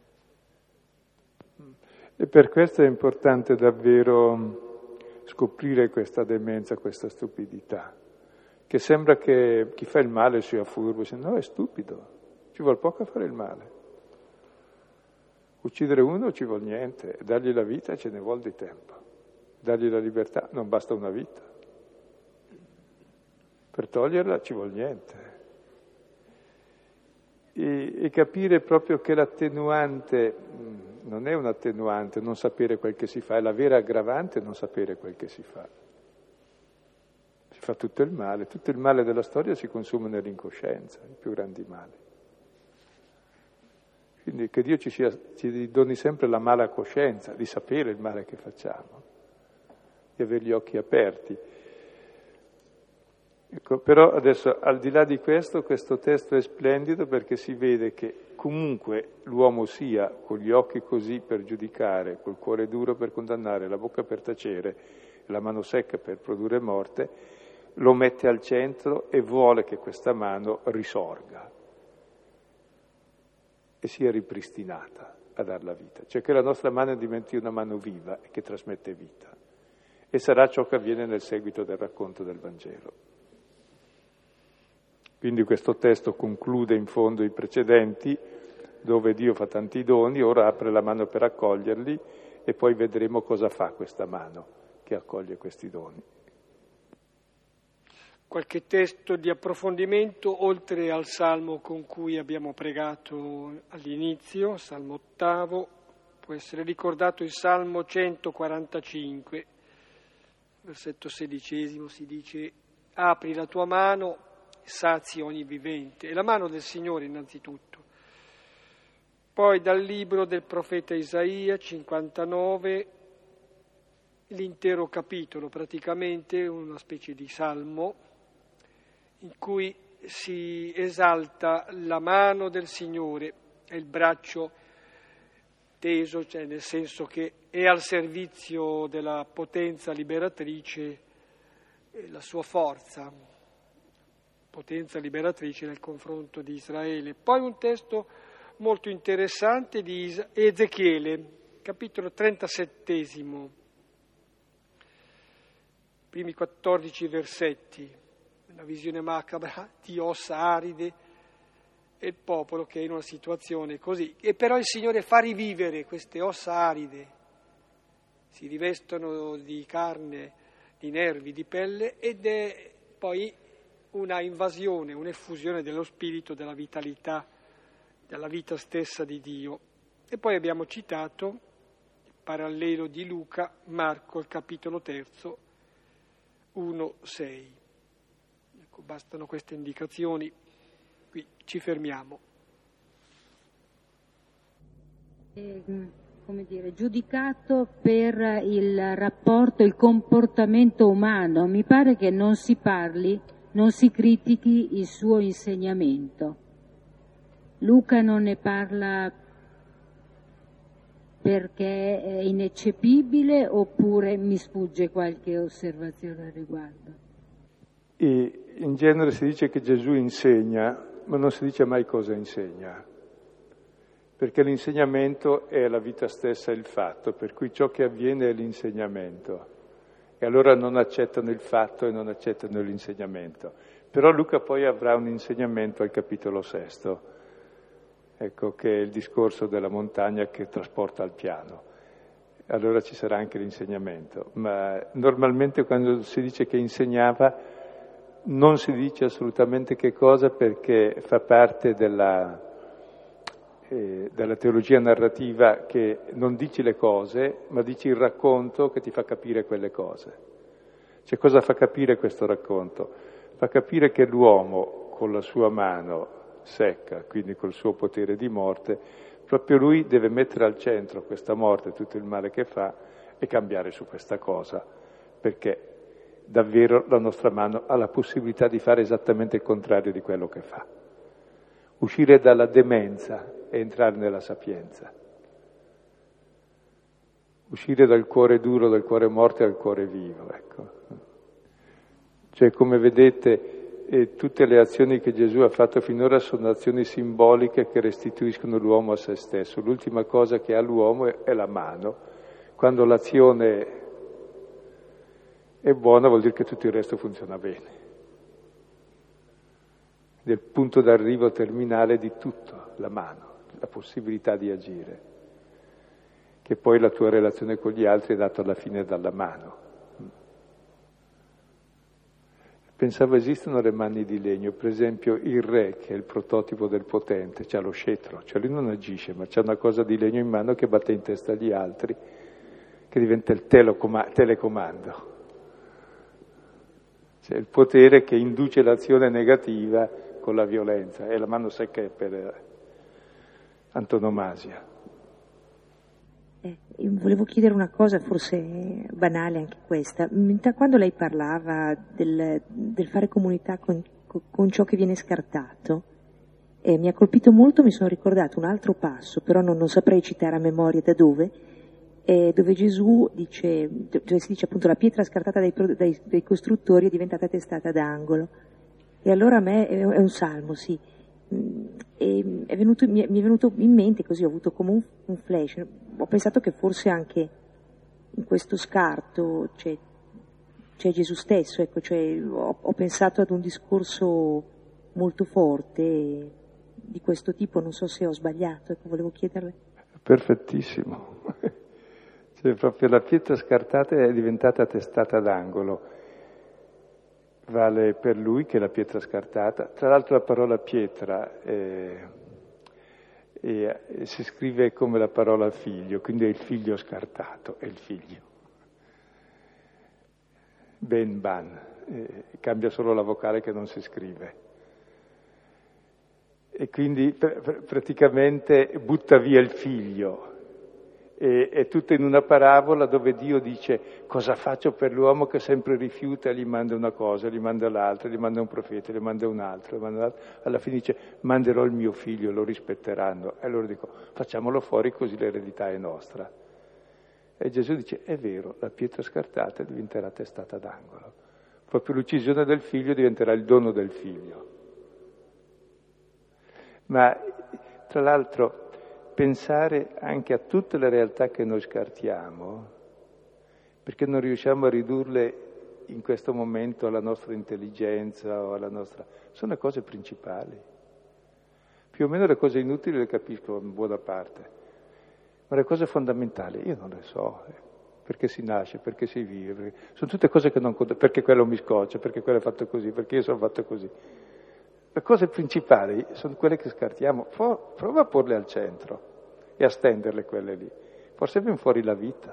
E per questo è importante davvero scoprire questa demenza, questa stupidità, che sembra che chi fa il male sia furbo, no, è stupido, ci vuole poco a fare il male. Uccidere uno ci vuole niente, dargli la vita ce ne vuole di tempo, dargli la libertà non basta una vita, per toglierla ci vuole niente. E capire proprio che l'attenuante non è un attenuante, non sapere quel che si fa, è la vera aggravante non sapere quel che si fa. Si fa tutto il male della storia si consuma nell'incoscienza, i più grandi mali. Quindi che Dio ci doni sempre la mala coscienza di sapere il male che facciamo, di avere gli occhi aperti. Ecco, però adesso, al di là di questo testo è splendido perché si vede che comunque l'uomo sia con gli occhi così per giudicare, col cuore duro per condannare, la bocca per tacere, la mano secca per produrre morte, lo mette al centro e vuole che questa mano risorga e sia ripristinata a dar la vita. Cioè che la nostra mano diventi una mano viva e che trasmette vita. E sarà ciò che avviene nel seguito del racconto del Vangelo. Quindi questo testo conclude in fondo i precedenti, dove Dio fa tanti doni, ora apre la mano per accoglierli e poi vedremo cosa fa questa mano che accoglie questi doni. Qualche testo di approfondimento, oltre al Salmo con cui abbiamo pregato all'inizio, Salmo 8, può essere ricordato il Salmo 145, versetto 16, si dice: apri la tua mano, sazi ogni vivente, e la mano del Signore innanzitutto. Poi dal libro del profeta Isaia 59, l'intero capitolo, praticamente una specie di salmo in cui si esalta la mano del Signore e il braccio teso, cioè nel senso che è al servizio della potenza liberatrice la sua forza, potenza liberatrice nel confronto di Israele. Poi un testo molto interessante di Ezechiele, capitolo 37, primi 14 versetti, una visione macabra di ossa aride e il popolo che è in una situazione così. E però il Signore fa rivivere queste ossa aride, si rivestono di carne, di nervi, di pelle, ed è poi una invasione, un'effusione dello spirito, della vitalità, della vita stessa di Dio. E poi abbiamo citato il parallelo di Luca, Marco, il capitolo 3, 1-6. Ecco, bastano queste indicazioni, qui ci fermiamo. Come dire, giudicato per il rapporto, il comportamento umano, mi pare che non si parli, non si critichi il suo insegnamento. Luca non ne parla perché è ineccepibile oppure mi sfugge qualche osservazione al riguardo? E in genere si dice che Gesù insegna, ma non si dice mai cosa insegna, perché l'insegnamento è la vita stessa, il fatto, per cui ciò che avviene è l'insegnamento. E allora non accettano il fatto e non accettano l'insegnamento. Però Luca poi avrà un insegnamento al capitolo 6, ecco, che è il discorso della montagna che trasporta al piano. Allora ci sarà anche l'insegnamento. Ma normalmente quando si dice che insegnava non si dice assolutamente che cosa, perché fa parte della teologia narrativa, che non dici le cose, ma dici il racconto che ti fa capire quelle cose. Cioè, cosa fa capire questo racconto? Fa capire che l'uomo, con la sua mano secca, quindi col suo potere di morte, proprio lui deve mettere al centro questa morte, tutto il male che fa, e cambiare su questa cosa, perché davvero la nostra mano ha la possibilità di fare esattamente il contrario di quello che fa. Uscire dalla demenza e entrare nella sapienza. Uscire dal cuore duro, dal cuore morto al cuore vivo, ecco. Cioè, come vedete, tutte le azioni che Gesù ha fatto finora sono azioni simboliche che restituiscono l'uomo a se stesso. L'ultima cosa che ha l'uomo è la mano. Quando l'azione è buona vuol dire che tutto il resto funziona bene. Del punto d'arrivo terminale di tutto, la mano, la possibilità di agire, che poi la tua relazione con gli altri è data alla fine dalla mano. Pensavo esistono le mani di legno, per esempio il re, che è il prototipo del potente, c'ha lo scettro, cioè lui non agisce, ma c'ha una cosa di legno in mano che batte in testa agli altri, che diventa il telecomando. Cioè il potere che induce l'azione negativa con la violenza, e la mano secca è per antonomasia. Volevo chiedere una cosa, forse banale anche questa. Quando lei parlava del fare comunità con ciò che viene scartato, mi ha colpito molto, mi sono ricordato un altro passo, però non saprei citare a memoria da dove Gesù dice, dove si dice appunto la pietra scartata dai costruttori è diventata testata d'angolo. E allora a me è un salmo, sì. E mi è venuto in mente, così ho avuto come un flash, ho pensato che forse anche in questo scarto c'è Gesù stesso, ecco, cioè ho pensato ad un discorso molto forte di questo tipo, non so se ho sbagliato, ecco, volevo chiederle. Perfettissimo, cioè proprio la pietra scartata è diventata testata d'angolo. Vale per lui che è la pietra scartata. Tra l'altro la parola pietra si scrive come la parola figlio, quindi è il figlio scartato, è il figlio. Ben ban, cambia solo la vocale che non si scrive. E quindi praticamente butta via il figlio È tutto in una parabola dove Dio dice: cosa faccio per l'uomo che sempre rifiuta, gli manda una cosa, gli manda l'altra, gli manda un profeta, gli manda un altro, gli manda un altro. Alla fine dice: manderò il mio figlio, lo rispetteranno. E allora dico: facciamolo fuori così l'eredità è nostra. E Gesù dice: è vero, la pietra scartata diventerà testata d'angolo. Proprio l'uccisione del figlio diventerà il dono del figlio. Ma tra l'altro pensare anche a tutte le realtà che noi scartiamo, perché non riusciamo a ridurle in questo momento alla nostra intelligenza o alla nostra... sono le cose principali. Più o meno le cose inutili le capisco in buona parte, ma le cose fondamentali io non le so. Perché si nasce, perché si vive, perché... sono tutte cose che non contano, perché quello mi scoccia, perché quello è fatto così, perché io sono fatto così. Le cose principali sono quelle che scartiamo. Prova a porle al centro e a stenderle quelle lì. Forse viene fuori la vita.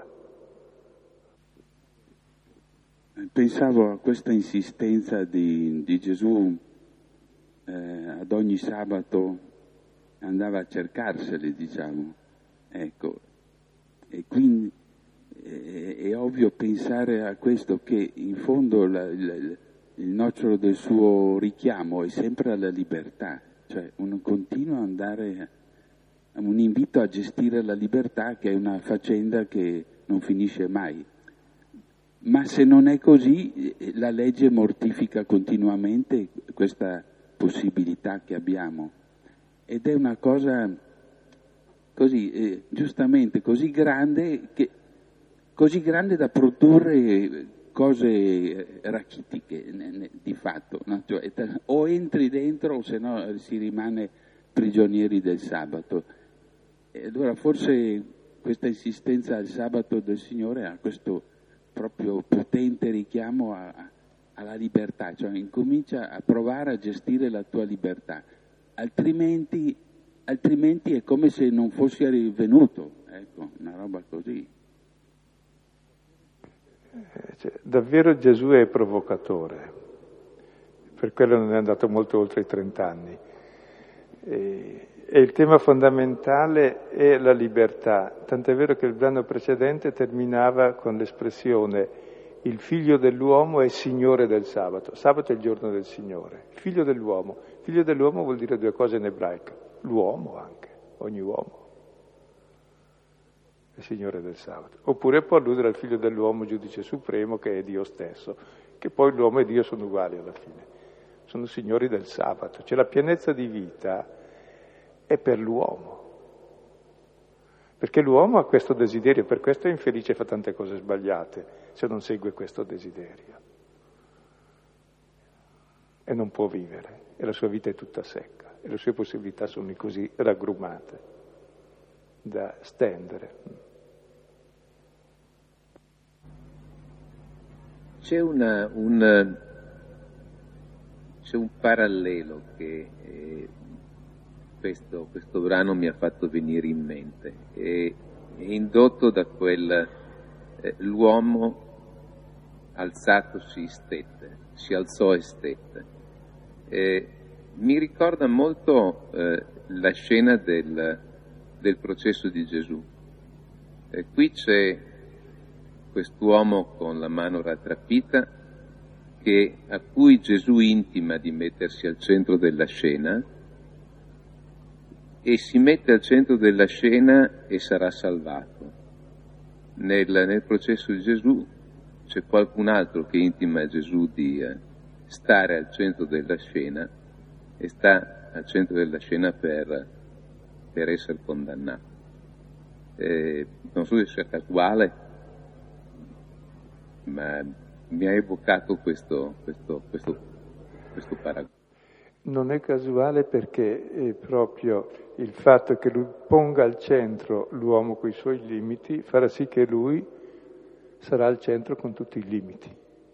Pensavo a questa insistenza di Gesù, ad ogni sabato andava a cercarseli, diciamo. Ecco, e quindi è ovvio pensare a questo, che in fondo il nocciolo del suo richiamo è sempre alla libertà, cioè un continuo andare, un invito a gestire la libertà, che è una faccenda che non finisce mai. Ma se non è così, la legge mortifica continuamente questa possibilità che abbiamo. Ed è una cosa così, giustamente, così grande da produrre cose rachitiche, di fatto, no? Cioè, o entri dentro o se no si rimane prigionieri del sabato. E allora forse questa insistenza al sabato del Signore ha questo proprio potente richiamo alla libertà, cioè incomincia a provare a gestire la tua libertà, altrimenti è come se non fossi venuto, ecco, una roba così. Davvero Gesù è provocatore, per quello non è andato molto oltre i 30 anni. E il tema fondamentale è la libertà, tant'è vero che il brano precedente terminava con l'espressione: il figlio dell'uomo è signore del sabato. Sabato è il giorno del Signore. Figlio dell'uomo vuol dire due cose in ebraico: l'uomo anche, ogni uomo è signore del sabato. Oppure può alludere al figlio dell'uomo, giudice supremo, che è Dio stesso, che poi l'uomo e Dio sono uguali alla fine, sono signori del sabato. Cioè la pienezza di vita è per l'uomo, perché l'uomo ha questo desiderio, per questo è infelice e fa tante cose sbagliate, se non segue questo desiderio. E non può vivere, e la sua vita è tutta secca, e le sue possibilità sono così raggrumate da stendere. C'è un parallelo che questo brano mi ha fatto venire in mente, è indotto da quel l'uomo alzatosi stette, si alzò e stette. Mi ricorda molto la scena del processo di Gesù. Qui c'è quest'uomo con la mano rattrappita a cui Gesù intima di mettersi al centro della scena, e si mette al centro della scena e sarà salvato. Nel processo di Gesù c'è qualcun altro che intima a Gesù di stare al centro della scena, e sta al centro della scena per essere condannato. Non so se sia casuale, ma mi ha evocato questo paragone. Non è casuale, perché è proprio il fatto che lui ponga al centro l'uomo con i suoi limiti farà sì che lui sarà al centro con tutti i limiti,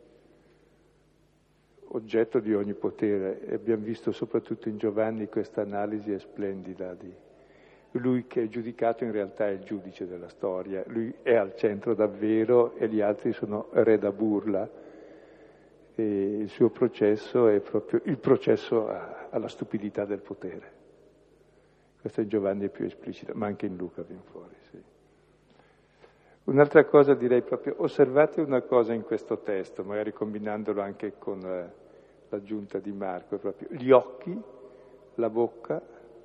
oggetto di ogni potere. E abbiamo visto soprattutto in Giovanni questa analisi splendida di lui che è giudicato, in realtà è il giudice della storia, lui è al centro davvero e gli altri sono re da burla, e il suo processo è proprio il processo alla stupidità del potere. Questo in Giovanni è più esplicito, ma anche in Luca viene fuori, sì. Un'altra cosa direi proprio, osservate una cosa in questo testo, magari combinandolo anche con l'aggiunta di Marco, proprio gli occhi, la bocca,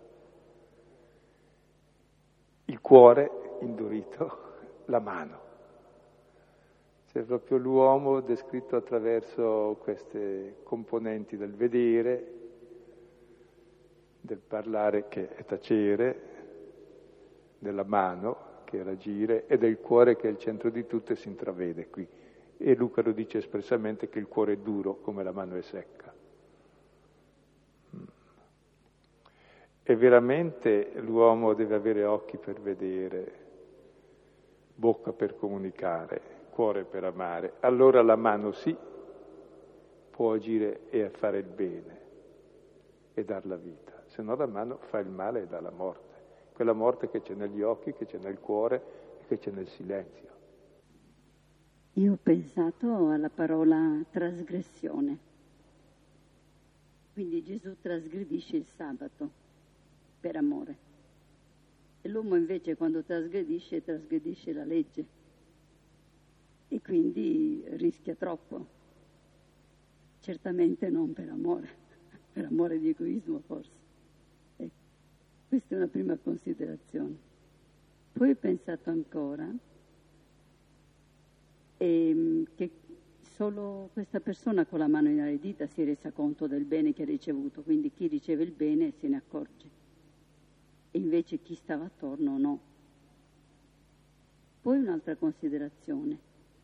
il cuore indurito, la mano. C'è proprio l'uomo descritto attraverso queste componenti del vedere, del parlare che è tacere, della mano che è l'agire e del cuore che è il centro di tutto e si intravede qui. E Luca lo dice espressamente che il cuore è duro come la mano è secca. E veramente l'uomo deve avere occhi per vedere, bocca per comunicare, cuore per amare. Allora la mano sì, può agire e fare il bene e dar la vita, se no la mano fa il male e dà la morte. Quella morte che c'è negli occhi, che c'è nel cuore e che c'è nel silenzio. Io ho pensato alla parola trasgressione. Quindi Gesù trasgredisce il sabato per amore. E l'uomo invece quando trasgredisce la legge. E quindi rischia troppo. Certamente non per amore di egoismo forse. Questa è una prima considerazione. Poi ho pensato ancora che solo questa persona con la mano inaridita si è resa conto del bene che ha ricevuto, quindi chi riceve il bene se ne accorge, e invece chi stava attorno no. Poi un'altra considerazione.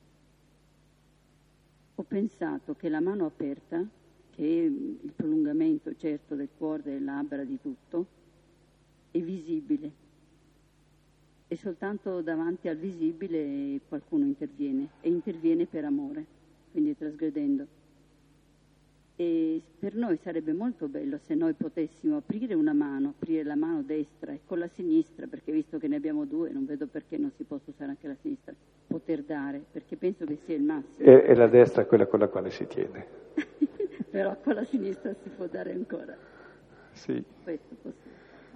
Ho pensato che la mano aperta, che è il prolungamento certo del cuore, delle labbra, di tutto, è visibile e soltanto davanti al visibile qualcuno interviene e interviene per amore, quindi trasgredendo. E per noi sarebbe molto bello se noi potessimo aprire la mano destra e con la sinistra, perché visto che ne abbiamo due non vedo perché non si possa usare anche la sinistra, poter dare, perché penso che sia il massimo. E la destra è quella con la quale si tiene. Però con la sinistra si può dare ancora. Sì. Questo possibile.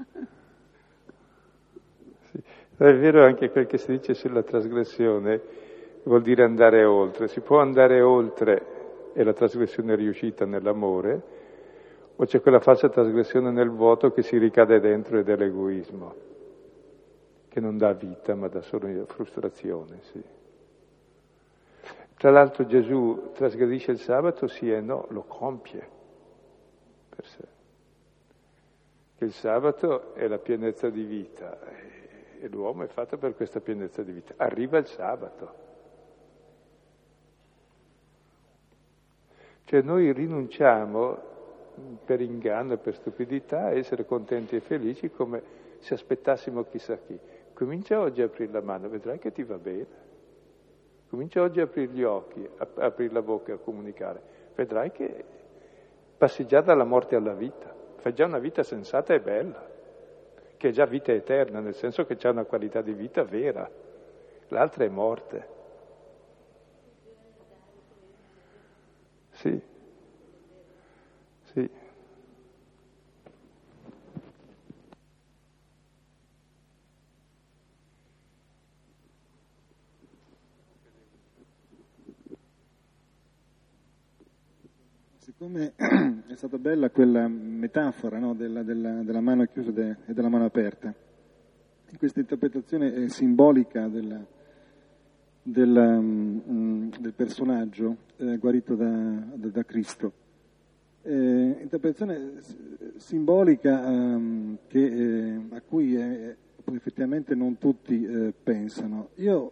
Sì. È vero anche quel che si dice sulla trasgressione, vuol dire andare oltre. Si può andare oltre e la trasgressione è riuscita nell'amore, o c'è quella falsa trasgressione nel vuoto che si ricade dentro ed è l'egoismo, che non dà vita ma dà solo frustrazione. Sì. Tra l'altro Gesù trasgredisce il sabato, sì e no, lo compie per sé. Che il sabato è la pienezza di vita e l'uomo è fatto per questa pienezza di vita. Arriva il sabato. Cioè noi rinunciamo per inganno e per stupidità a essere contenti e felici come se aspettassimo chissà chi. Comincia oggi a aprire la mano, vedrai che ti va bene. Comincia oggi a aprire gli occhi, a aprire la bocca e a comunicare. Vedrai che passi già dalla morte alla vita. Fai già una vita sensata e bella, che è già vita eterna, nel senso che c'è una qualità di vita vera. L'altra è morte. Sì. Sì. Siccome è stata bella quella metafora, no, della mano chiusa e della mano aperta, questa interpretazione simbolica del personaggio guarito da Cristo, interpretazione simbolica a cui effettivamente non tutti pensano. Io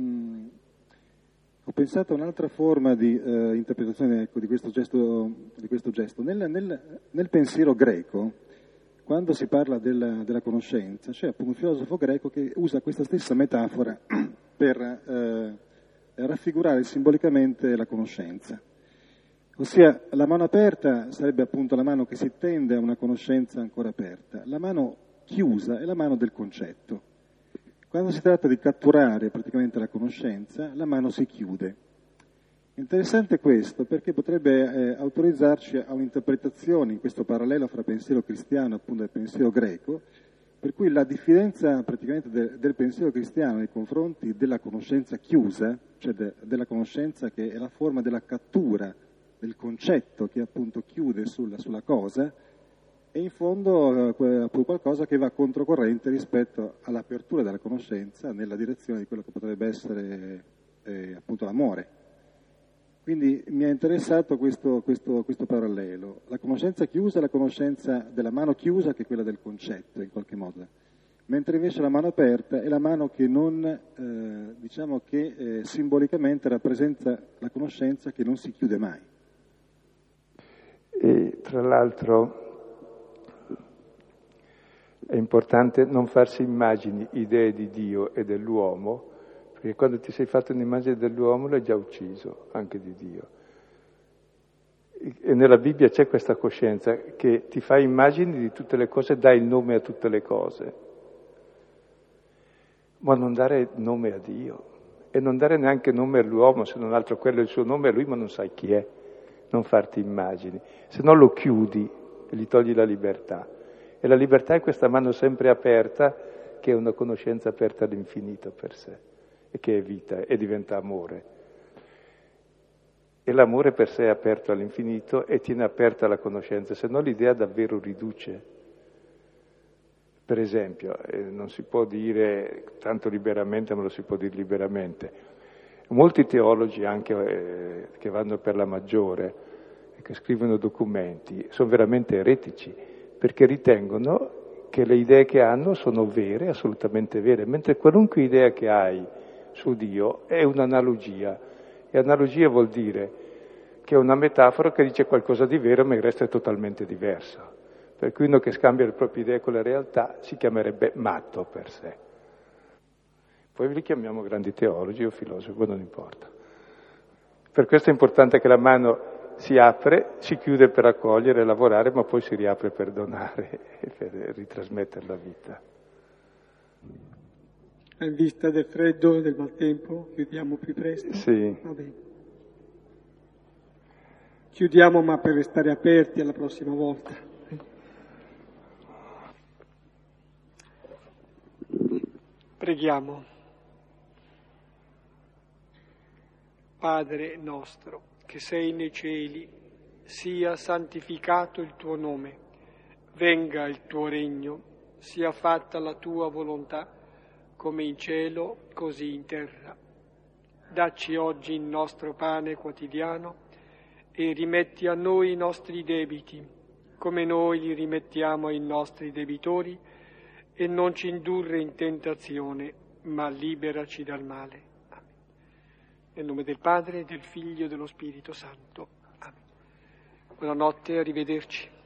ho pensato a un'altra forma di interpretazione di questo gesto. Nel pensiero greco, quando si parla della conoscenza, c'è appunto un filosofo greco che usa questa stessa metafora per raffigurare simbolicamente la conoscenza. Ossia, la mano aperta sarebbe appunto la mano che si tende a una conoscenza ancora aperta. La mano chiusa è la mano del concetto. Quando si tratta di catturare praticamente la conoscenza, la mano si chiude. Interessante questo perché potrebbe autorizzarci a un'interpretazione in questo parallelo fra pensiero cristiano appunto e pensiero greco, Per cui la diffidenza praticamente del pensiero cristiano nei confronti della conoscenza chiusa, cioè della conoscenza che è la forma della cattura del concetto che appunto chiude sulla cosa, è in fondo qualcosa che va controcorrente rispetto all'apertura della conoscenza nella direzione di quello che potrebbe essere appunto l'amore. Quindi mi è interessato questo parallelo. La conoscenza chiusa è la conoscenza della mano chiusa, che è quella del concetto, in qualche modo. Mentre invece la mano aperta è la mano che non, simbolicamente rappresenta la conoscenza che non si chiude mai. E tra l'altro è importante non farsi immagini, idee di Dio e dell'uomo, perché quando ti sei fatto un'immagine dell'uomo l'hai già ucciso, anche di Dio. E nella Bibbia c'è questa coscienza che ti fa immagini di tutte le cose, dai il nome a tutte le cose, ma non dare nome a Dio e non dare neanche nome all'uomo, se non altro quello è il suo nome a lui, ma non sai chi è, non farti immagini, se no lo chiudi e gli togli la libertà. E la libertà è questa mano sempre aperta, che è una conoscenza aperta all'infinito per sé, e che è vita e diventa amore. E l'amore per sé è aperto all'infinito e tiene aperta la conoscenza, se no l'idea davvero riduce. Per esempio, non si può dire tanto liberamente, ma lo si può dire liberamente. Molti teologi, anche che vanno per la maggiore, che scrivono documenti, sono veramente eretici, perché ritengono che le idee che hanno sono vere, assolutamente vere, mentre qualunque idea che hai su Dio è un'analogia. E analogia vuol dire che è una metafora che dice qualcosa di vero, ma il resto è totalmente diverso. Per cui uno che scambia le proprie idee con la realtà si chiamerebbe matto per sé. Poi li chiamiamo grandi teologi o filosofi, non importa. Per questo è importante che la mano si apre, si chiude per accogliere e lavorare, ma poi si riapre per donare e per ritrasmettere la vita. In vista del freddo e del maltempo, chiudiamo più presto? Sì. Va bene. Chiudiamo, ma per restare aperti alla prossima volta. Preghiamo. Padre nostro, che sei nei cieli, sia santificato il tuo nome, venga il tuo regno, sia fatta la tua volontà, come in cielo, così in terra. Dacci oggi il nostro pane quotidiano e rimetti a noi i nostri debiti, come noi li rimettiamo ai nostri debitori, e non ci indurre in tentazione, ma liberaci dal male. Amen. Nel nome del Padre, del Figlio e dello Spirito Santo. Amen. Buonanotte, arrivederci.